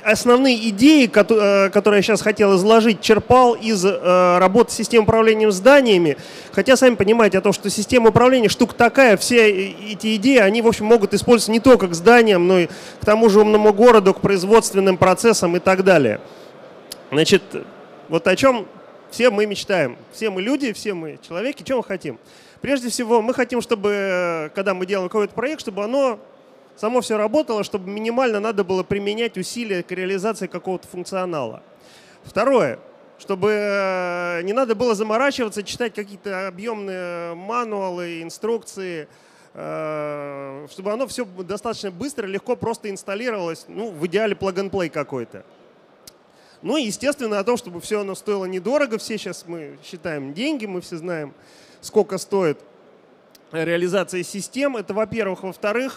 основные идеи, которые я сейчас хотел изложить, черпал из работы системы управления зданиями. Хотя, сами понимаете, о том, что система управления штука такая, все эти идеи, они, в общем, могут использоваться не только к зданиям, но и к тому же умному городу, к производственным процессам и так далее. Значит, вот о чем все мы мечтаем. Все мы люди, все мы человеки. Чего мы хотим? Прежде всего, мы хотим, чтобы, когда мы делаем какой-то проект, чтобы оно само все работало, чтобы минимально надо было применять усилия к реализации какого-то функционала. Второе, чтобы не надо было заморачиваться, читать какие-то объемные мануалы, инструкции, чтобы оно все достаточно быстро, легко просто инсталлировалось, ну, в идеале plug-and-play какой-то. Ну и, естественно, о том, чтобы все оно стоило недорого. Все сейчас мы считаем деньги, мы все знаем, сколько стоит реализация систем. Это, во-первых. Во-вторых,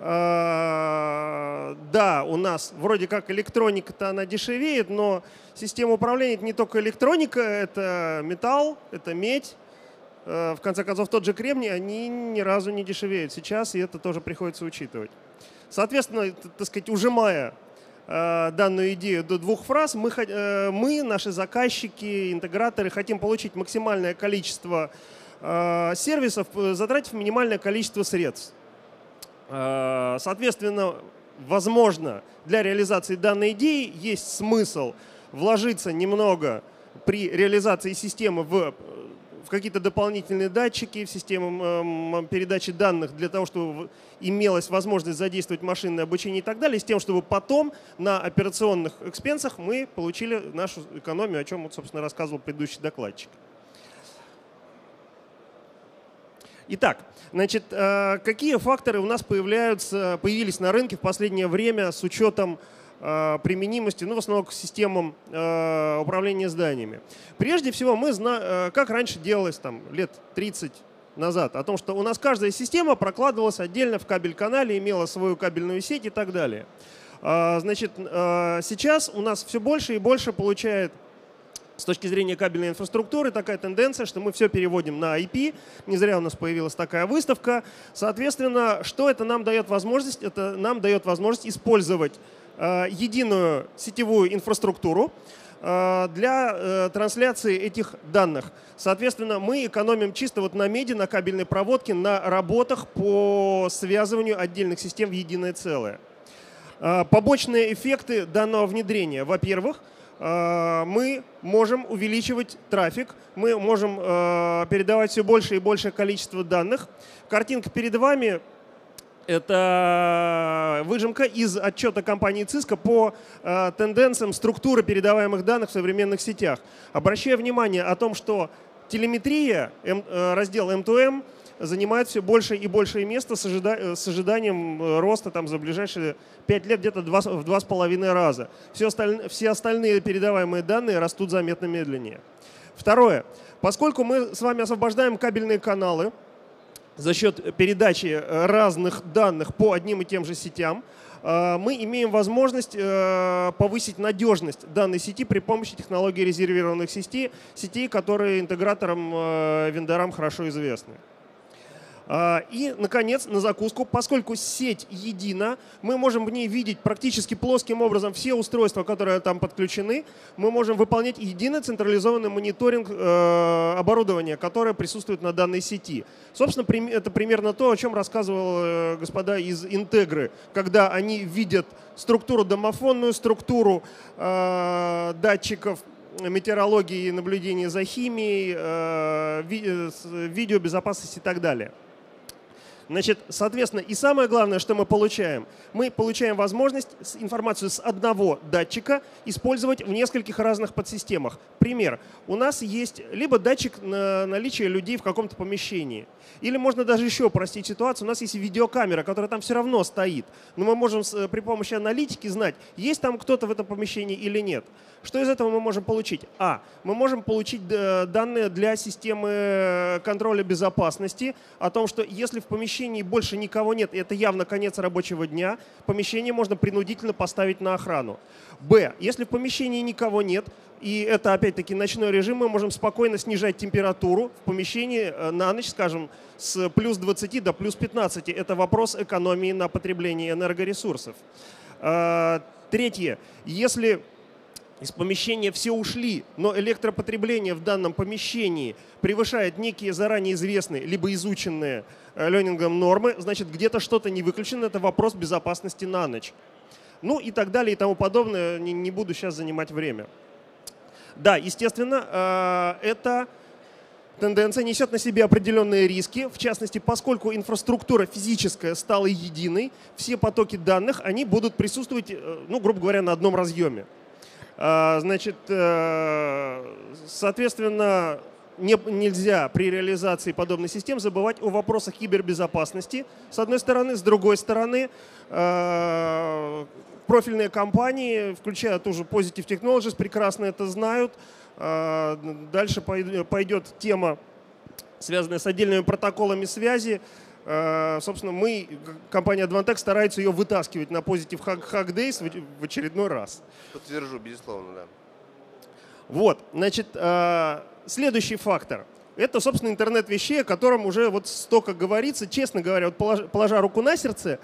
да, у нас вроде как электроника-то она дешевеет, но система управления — это не только электроника, это металл, это медь. В конце концов, тот же кремний, они ни разу не дешевеют сейчас, и это тоже приходится учитывать. Соответственно, так сказать, ужимая данную идею до двух фраз, мы, наши заказчики, интеграторы, хотим получить максимальное количество сервисов, затратив минимальное количество средств. Соответственно, возможно, для реализации данной идеи есть смысл вложиться немного при реализации системы в какие-то дополнительные датчики, в систему передачи данных для того, чтобы имелась возможность задействовать машинное обучение и так далее, с тем, чтобы потом на операционных экспенсах мы получили нашу экономию, о чем, собственно, рассказывал предыдущий докладчик. Итак, значит, какие факторы у нас появились на рынке в последнее время с учетом применимости, ну, в основном к системам управления зданиями. Прежде всего, мы знаем, как раньше делалось там, лет 30 назад, о том, что у нас каждая система прокладывалась отдельно в кабель-канале, имела свою кабельную сеть и так далее. Значит, сейчас у нас все больше и больше получает с точки зрения кабельной инфраструктуры такая тенденция, что мы все переводим на IP. Не зря у нас появилась такая выставка. Соответственно, что это нам дает возможность? Это нам дает возможность использовать единую сетевую инфраструктуру для трансляции этих данных. Соответственно, мы экономим чисто вот на меди, на кабельной проводке, на работах по связыванию отдельных систем в единое целое. Побочные эффекты данного внедрения. Во-первых, мы можем увеличивать трафик, мы можем передавать все больше и большее количество данных. Картинка перед вами — это выжимка из отчета компании Cisco по тенденциям структуры передаваемых данных в современных сетях. Обращаю внимание о том, что телеметрия, раздел M2M, занимает все больше и большее место с ожиданием роста там, за ближайшие 5 лет где-то в 2,5 раза. Все остальные передаваемые данные растут заметно медленнее. Второе. Поскольку мы с вами освобождаем кабельные каналы за счет передачи разных данных по одним и тем же сетям, мы имеем возможность повысить надежность данной сети при помощи технологии резервированных сетей, которые интеграторам, вендорам хорошо известны. И, наконец, на закуску, поскольку сеть едина, мы можем в ней видеть практически плоским образом все устройства, которые там подключены. Мы можем выполнять единый централизованный мониторинг оборудования, которое присутствует на данной сети. Собственно, это примерно то, о чем рассказывал господа из Интегры, когда они видят структуру домофонную, структуру датчиков метеорологии и наблюдения за химией, видеобезопасности и так далее. Значит, соответственно, и самое главное, что мы получаем возможность информацию с одного датчика использовать в нескольких разных подсистемах. Пример. У нас есть либо датчик на наличие людей в каком-то помещении, или можно даже еще упростить ситуацию. У нас есть видеокамера, которая там все равно стоит, но мы можем при помощи аналитики знать, есть там кто-то в этом помещении или нет. Что из этого мы можем получить? Мы можем получить данные для системы контроля безопасности о том, что если в помещении больше никого нет, и это явно конец рабочего дня, помещение можно принудительно поставить на охрану. Если в помещении никого нет, и это опять-таки ночной режим, мы можем спокойно снижать температуру в помещении на ночь, скажем, с плюс 20 до плюс 15. Это вопрос экономии на потреблении энергоресурсов. Третье. Если из помещения все ушли, но электропотребление в данном помещении превышает некие заранее известные, либо изученные ленингом нормы, значит, где-то что-то не выключено, это вопрос безопасности на ночь. Ну и так далее и тому подобное, не буду сейчас занимать время. Да, естественно, эта тенденция несет на себе определенные риски, в частности, поскольку инфраструктура физическая стала единой, все потоки данных, они будут присутствовать, ну, грубо говоря, на одном разъеме. Значит, соответственно, нельзя при реализации подобной системы забывать о вопросах кибербезопасности, с одной стороны. С другой стороны, профильные компании, включая ту же Positive Technologies, прекрасно это знают. Дальше пойдет тема, связанная с отдельными протоколами связи. Собственно, мы, компания Advantech, старается ее вытаскивать на Positive Hack Days в очередной раз. Подтвержу, безусловно, да. Вот, значит, следующий фактор. Это, собственно, интернет вещей, о котором уже вот столько говорится. Честно говоря, вот положа руку на сердце,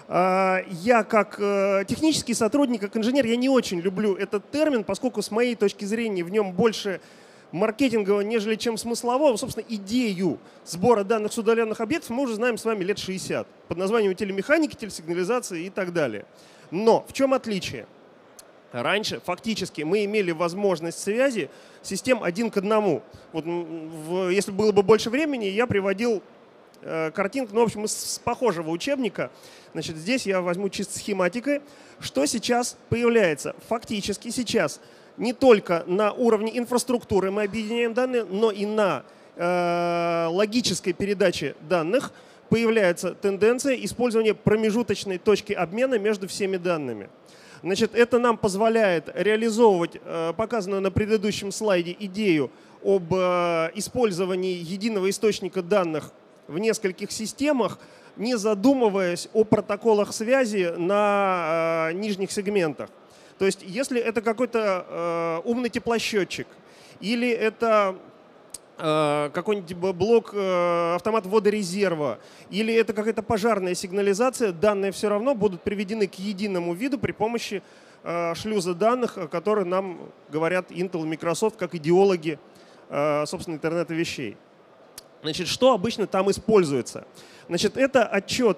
я как технический сотрудник, как инженер, я не очень люблю этот термин, поскольку с моей точки зрения в нем больше маркетингового, нежели чем смыслового. Собственно, идею сбора данных с удаленных объектов мы уже знаем с вами лет 60 под названием телемеханики, телесигнализации и так далее. Но в чем отличие? Раньше фактически мы имели возможность связи систем один к одному. Вот, если было бы больше времени, я приводил картинку, ну, в общем, с похожего учебника. Значит, здесь я возьму чисто схематикой. Что сейчас появляется? Фактически сейчас не только на уровне инфраструктуры мы объединяем данные, но и на логической передаче данных появляется тенденция использования промежуточной точки обмена между всеми данными. Значит, это нам позволяет реализовывать показанную на предыдущем слайде идею об использовании единого источника данных в нескольких системах, не задумываясь о протоколах связи на нижних сегментах. То есть, если это какой-то умный теплосчетчик или это какой-нибудь блок автомат водорезерва, или это какая-то пожарная сигнализация, данные все равно будут приведены к единому виду при помощи шлюза данных, о которых нам говорят Intel и Microsoft как идеологи, собственно, интернета вещей. Значит, что обычно там используется? Значит, это отчет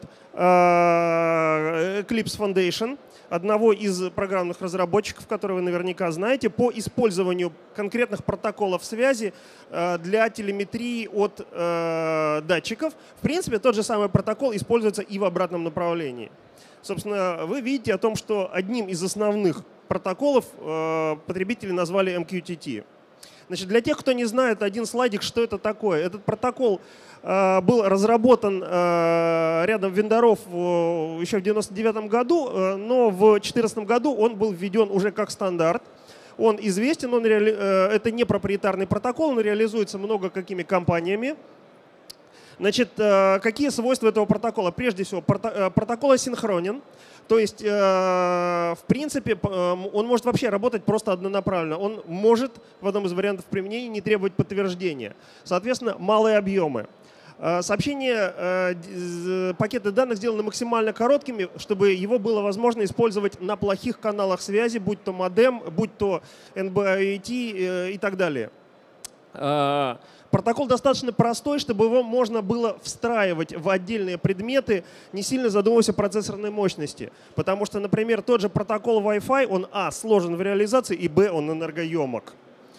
Eclipse Foundation, одного из программных разработчиков, которые вы наверняка знаете, по использованию конкретных протоколов связи для телеметрии от датчиков. В принципе, тот же самый протокол используется и в обратном направлении. Собственно, вы видите о том, что одним из основных протоколов потребители назвали MQTT. Значит, для тех, кто не знает, один слайдик, что это такое. Этот протокол был разработан рядом вендоров еще в 1999 году, но в 2014 году он был введен уже как стандарт. Он известен, это не проприетарный протокол, он реализуется много какими компаниями. Значит, какие свойства этого протокола? Прежде всего, протокол асинхронен. То есть, в принципе, он может вообще работать просто однонаправленно. Он может в одном из вариантов применения не требовать подтверждения. Соответственно, малые объемы. Сообщения, пакеты данных сделаны максимально короткими, чтобы его было возможно использовать на плохих каналах связи, будь то модем, будь то NB-IoT и так далее. Протокол достаточно простой, чтобы его можно было встраивать в отдельные предметы, не сильно задумываясь о процессорной мощности. Потому что, например, тот же протокол Wi-Fi, он сложен в реализации, и он энергоемок.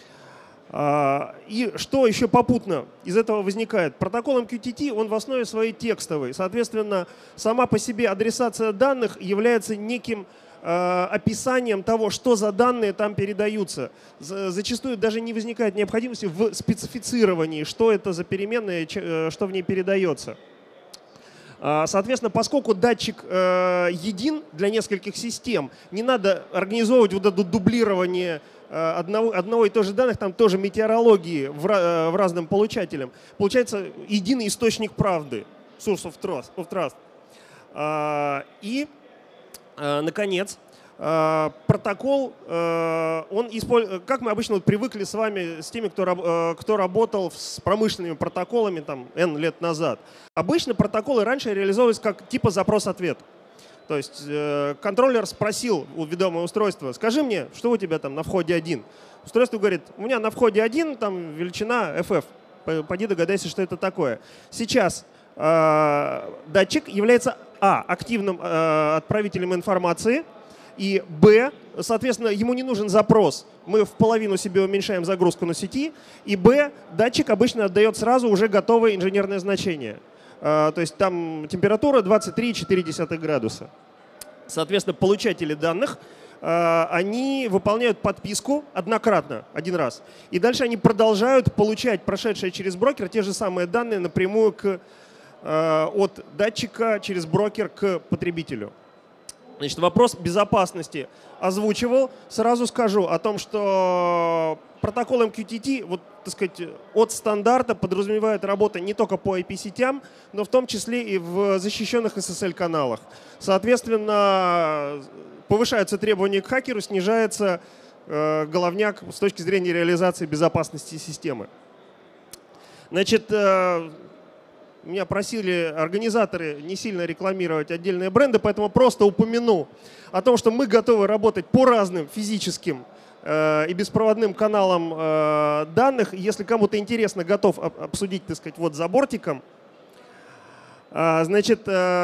И что еще попутно из этого возникает? Протокол MQTT, он в основе своей текстовый. Соответственно, сама по себе адресация данных является неким описанием того, что за данные там передаются. Зачастую даже не возникает необходимости в специфицировании, что это за переменная, что в ней передается. Соответственно, поскольку датчик един для нескольких систем, не надо организовывать вот это дублирование одного и той же данных, там тоже метеорологии в разным получателям. Получается единый источник правды, source of trust. И, наконец, протокол, он использует, как мы обычно привыкли с вами, с теми, кто работал с промышленными протоколами там, N лет назад. Обычно протоколы раньше реализовывались как типа запрос-ответ. То есть контроллер спросил у ведомого устройства: скажи мне, что у тебя там на входе 1. Устройство говорит: у меня на входе 1, там величина FF. Пойди догадайся, что это такое. Сейчас датчик является активным отправителем информации, и соответственно, ему не нужен запрос. Мы в половину себе уменьшаем загрузку на сети, и датчик обычно отдает сразу уже готовое инженерное значение. То есть там температура 23,4 градуса. Соответственно, получатели данных, они выполняют подписку однократно, один раз. И дальше они продолжают получать прошедшие через брокер те же самые данные напрямую от датчика через брокер к потребителю. Значит, вопрос безопасности озвучивал. Сразу скажу о том, что протокол MQTT, вот, так сказать, от стандарта подразумевает работу не только по IP-сетям, но в том числе и в защищенных SSL-каналах. Соответственно, повышаются требования к хакеру, снижается головняк с точки зрения реализации безопасности системы. Значит, меня просили организаторы не сильно рекламировать отдельные бренды, поэтому просто упомяну о том, что мы готовы работать по разным физическим и беспроводным каналам данных. Если кому-то интересно, готов обсудить, так сказать, вот за бортиком. Значит,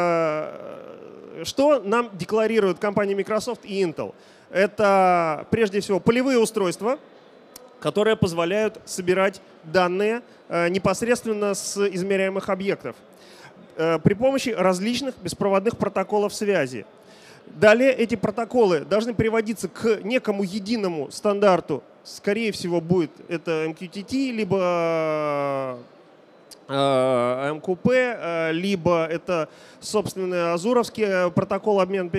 что нам декларируют компании Microsoft и Intel? Это прежде всего полевые устройства, которые позволяют собирать данные непосредственно с измеряемых объектов при помощи различных беспроводных протоколов связи. Далее эти протоколы должны приводиться к некому единому стандарту. Скорее всего, будет это MQTT, либо МКП, либо это, собственно, азуровский протокол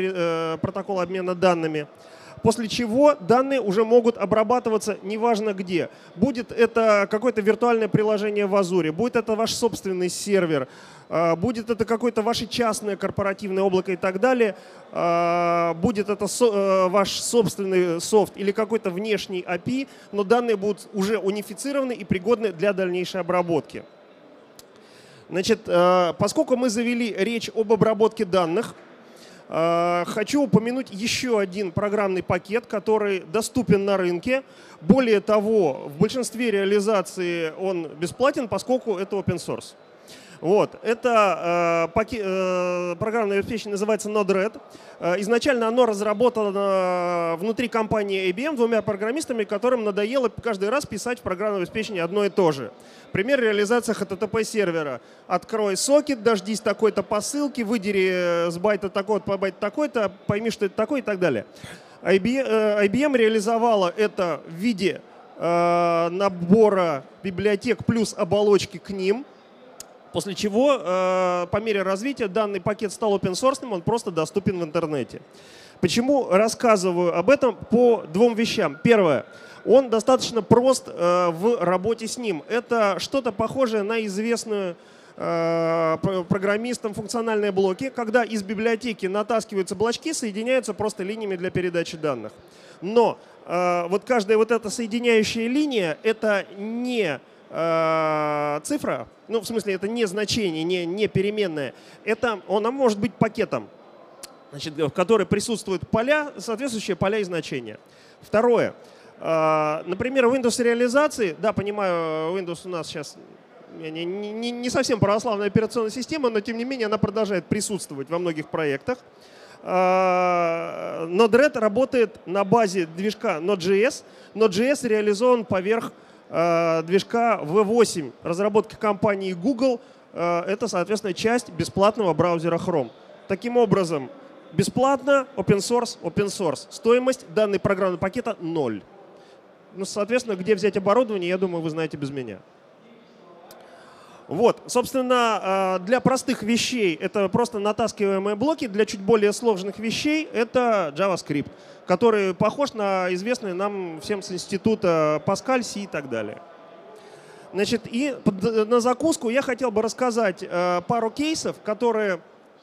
обмена данными. После чего данные уже могут обрабатываться неважно где. Будет это какое-то виртуальное приложение в Азуре, будет это ваш собственный сервер, будет это какое-то ваше частное корпоративное облако и так далее, будет это ваш собственный софт или какой-то внешний API, но данные будут уже унифицированы и пригодны для дальнейшей обработки. Значит, поскольку мы завели речь об обработке данных, хочу упомянуть еще один программный пакет, который доступен на рынке. Более того, в большинстве реализаций он бесплатен, поскольку это open source. Вот. Это программное обеспечение называется Node-RED. Изначально оно разработано внутри компании IBM двумя программистами, которым надоело каждый раз писать в программном обеспечении одно и то же. Пример реализации HTTP-сервера. Открой сокет, дождись такой-то посылки, выдери с байта такой-то по байт такой-то, пойми, что это такое и так далее. IBM реализовала это в виде набора библиотек плюс оболочки к ним. После чего, по мере развития, данный пакет стал open-source, он просто доступен в интернете. Почему рассказываю об этом? По двум вещам. Первое. Он достаточно прост в работе с ним. Это что-то похожее на известную программистам функциональные блоки, когда из библиотеки натаскиваются блочки, соединяются просто линиями для передачи данных. Но вот каждая вот эта соединяющая линия – это не цифра, ну, в смысле, это не значение, не переменная. Она может быть пакетом, значит, в которой присутствуют поля, соответствующие поля и значения. Второе. Например, в Windows реализации, да, понимаю, Windows у нас сейчас не совсем православная операционная система, но тем не менее она продолжает присутствовать во многих проектах. Node-RED работает на базе движка Node.js. Node.js реализован поверх движка V8 разработки компании Google. Это, соответственно, часть бесплатного браузера Chrome. Таким образом, бесплатно, open source. Стоимость данной программного пакета 0. Ну, соответственно, где взять оборудование, я думаю, вы знаете без меня. Вот, собственно, для простых вещей это просто натаскиваемые блоки, для чуть более сложных вещей это JavaScript, который похож на известный нам всем с института Pascal, C и так далее. Значит, и на закуску я хотел бы рассказать пару кейсов, которые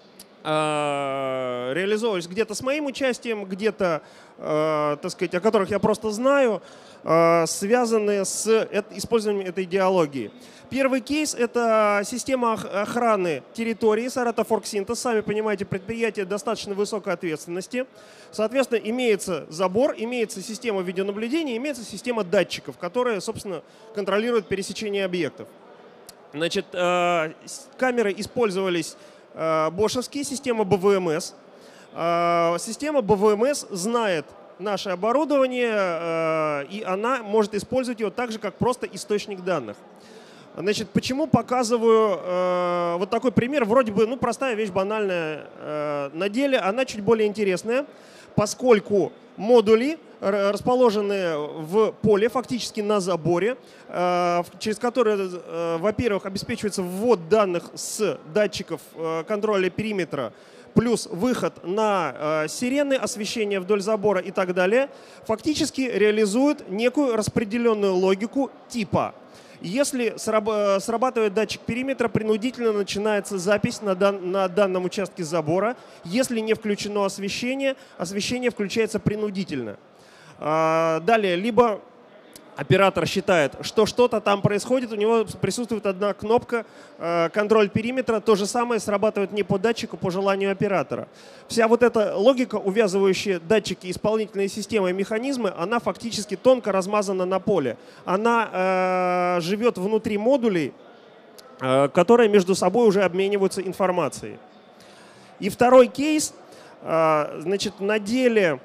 реализовывались где-то с моим участием, где-то, так сказать, о которых я просто знаю, связаны с использованием этой идеологии. Первый кейс – это система охраны территории Саратов Оргсинтез. Сами понимаете, предприятие достаточно высокой ответственности. Соответственно, имеется забор, имеется система видеонаблюдения, имеется система датчиков, которые, собственно, контролируют пересечение объектов. Значит, камеры использовались бошевские, система БВМС. Система БВМС знает наше оборудование, и она может использовать его так же, как просто источник данных. Значит, почему показываю вот такой пример? Вроде бы, ну, простая вещь, банальная. На деле она чуть более интересная, поскольку модули, расположенные в поле, фактически на заборе, через которые, во-первых, обеспечивается ввод данных с датчиков контроля периметра, плюс выход на сирены, освещение вдоль забора и так далее, фактически реализуют некую распределенную логику типа. Если срабатывает датчик периметра, принудительно начинается запись на данном участке забора. Если не включено освещение, освещение включается принудительно. Далее, либо оператор считает, что что-то там происходит, у него присутствует одна кнопка «Контроль периметра», то же самое срабатывает не по датчику, по желанию оператора. Вся вот эта логика, увязывающая датчики, исполнительные системы и механизмы, она фактически тонко размазана на поле. Она живет внутри модулей, которые между собой уже обмениваются информацией. И второй кейс, значит, на деле…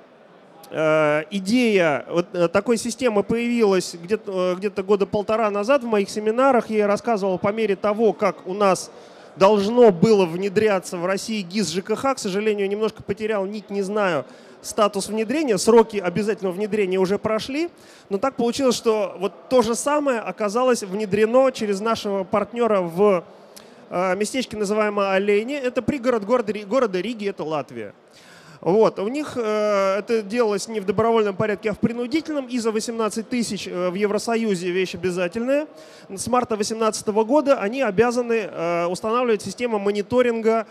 Идея вот такой системы появилась где-то года полтора назад в моих семинарах. Я рассказывал по мере того, как у нас должно было внедряться в России ГИС ЖКХ. К сожалению, немножко потерял нить, не знаю, статус внедрения. Сроки обязательного внедрения уже прошли. Но так получилось, что вот то же самое оказалось внедрено через нашего партнера в местечке, называемое Олейни. Это пригород города Риги, это Латвия. Вот. У них это делалось не в добровольном порядке, а в принудительном. ИЗО 18000 в Евросоюзе вещь обязательная. С марта 2018 года они обязаны устанавливать систему мониторинга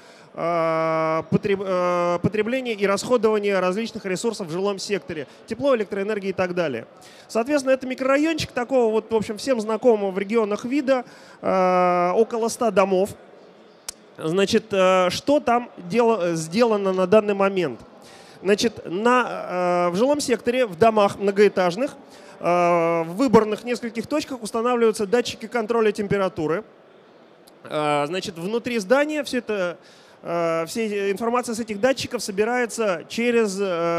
потребления и расходования различных ресурсов в жилом секторе. Тепло, электроэнергия и так далее. Соответственно, это микрорайончик такого, вот, в общем, всем знакомого в регионах вида, около 100 домов. Значит, что там сделано на данный момент? Значит, в жилом секторе, в домах многоэтажных, в выборных нескольких точках устанавливаются датчики контроля температуры. Значит, внутри здания вся информация с этих датчиков собирается через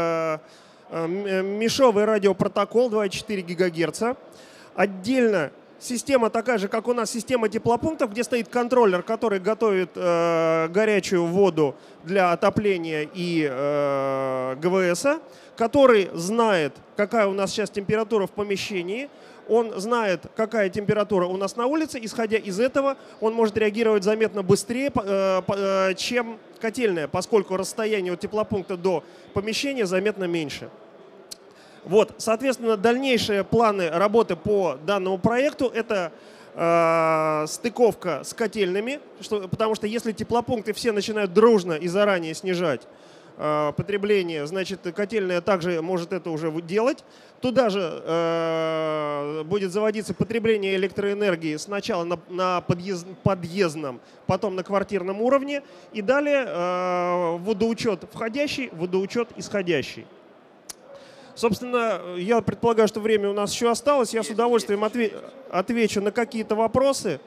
мешовый радиопротокол 2,4 ГГц. Отдельно система такая же, как у нас система теплопунктов, где стоит контроллер, который готовит горячую воду для отопления и ГВС, который знает, какая у нас сейчас температура в помещении, он знает, какая температура у нас на улице. Исходя из этого, он может реагировать заметно быстрее, чем котельная, поскольку расстояние от теплопункта до помещения заметно меньше. Вот, соответственно, дальнейшие планы работы по данному проекту – это стыковка с котельными, потому что если теплопункты все начинают дружно и заранее снижать потребление, значит, котельная также может это уже делать. Туда же будет заводиться потребление электроэнергии сначала на подъездном, потом на квартирном уровне, и далее водоучет входящий, водоучет исходящий. Собственно, я предполагаю, что время у нас еще осталось. Я с удовольствием отвечу на какие-то вопросы.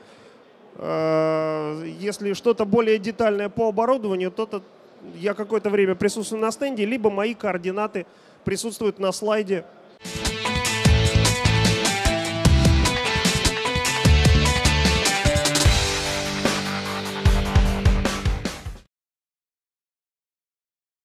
Если что-то более детальное по оборудованию, то я какое-то время присутствую на стенде, либо мои координаты присутствуют на слайде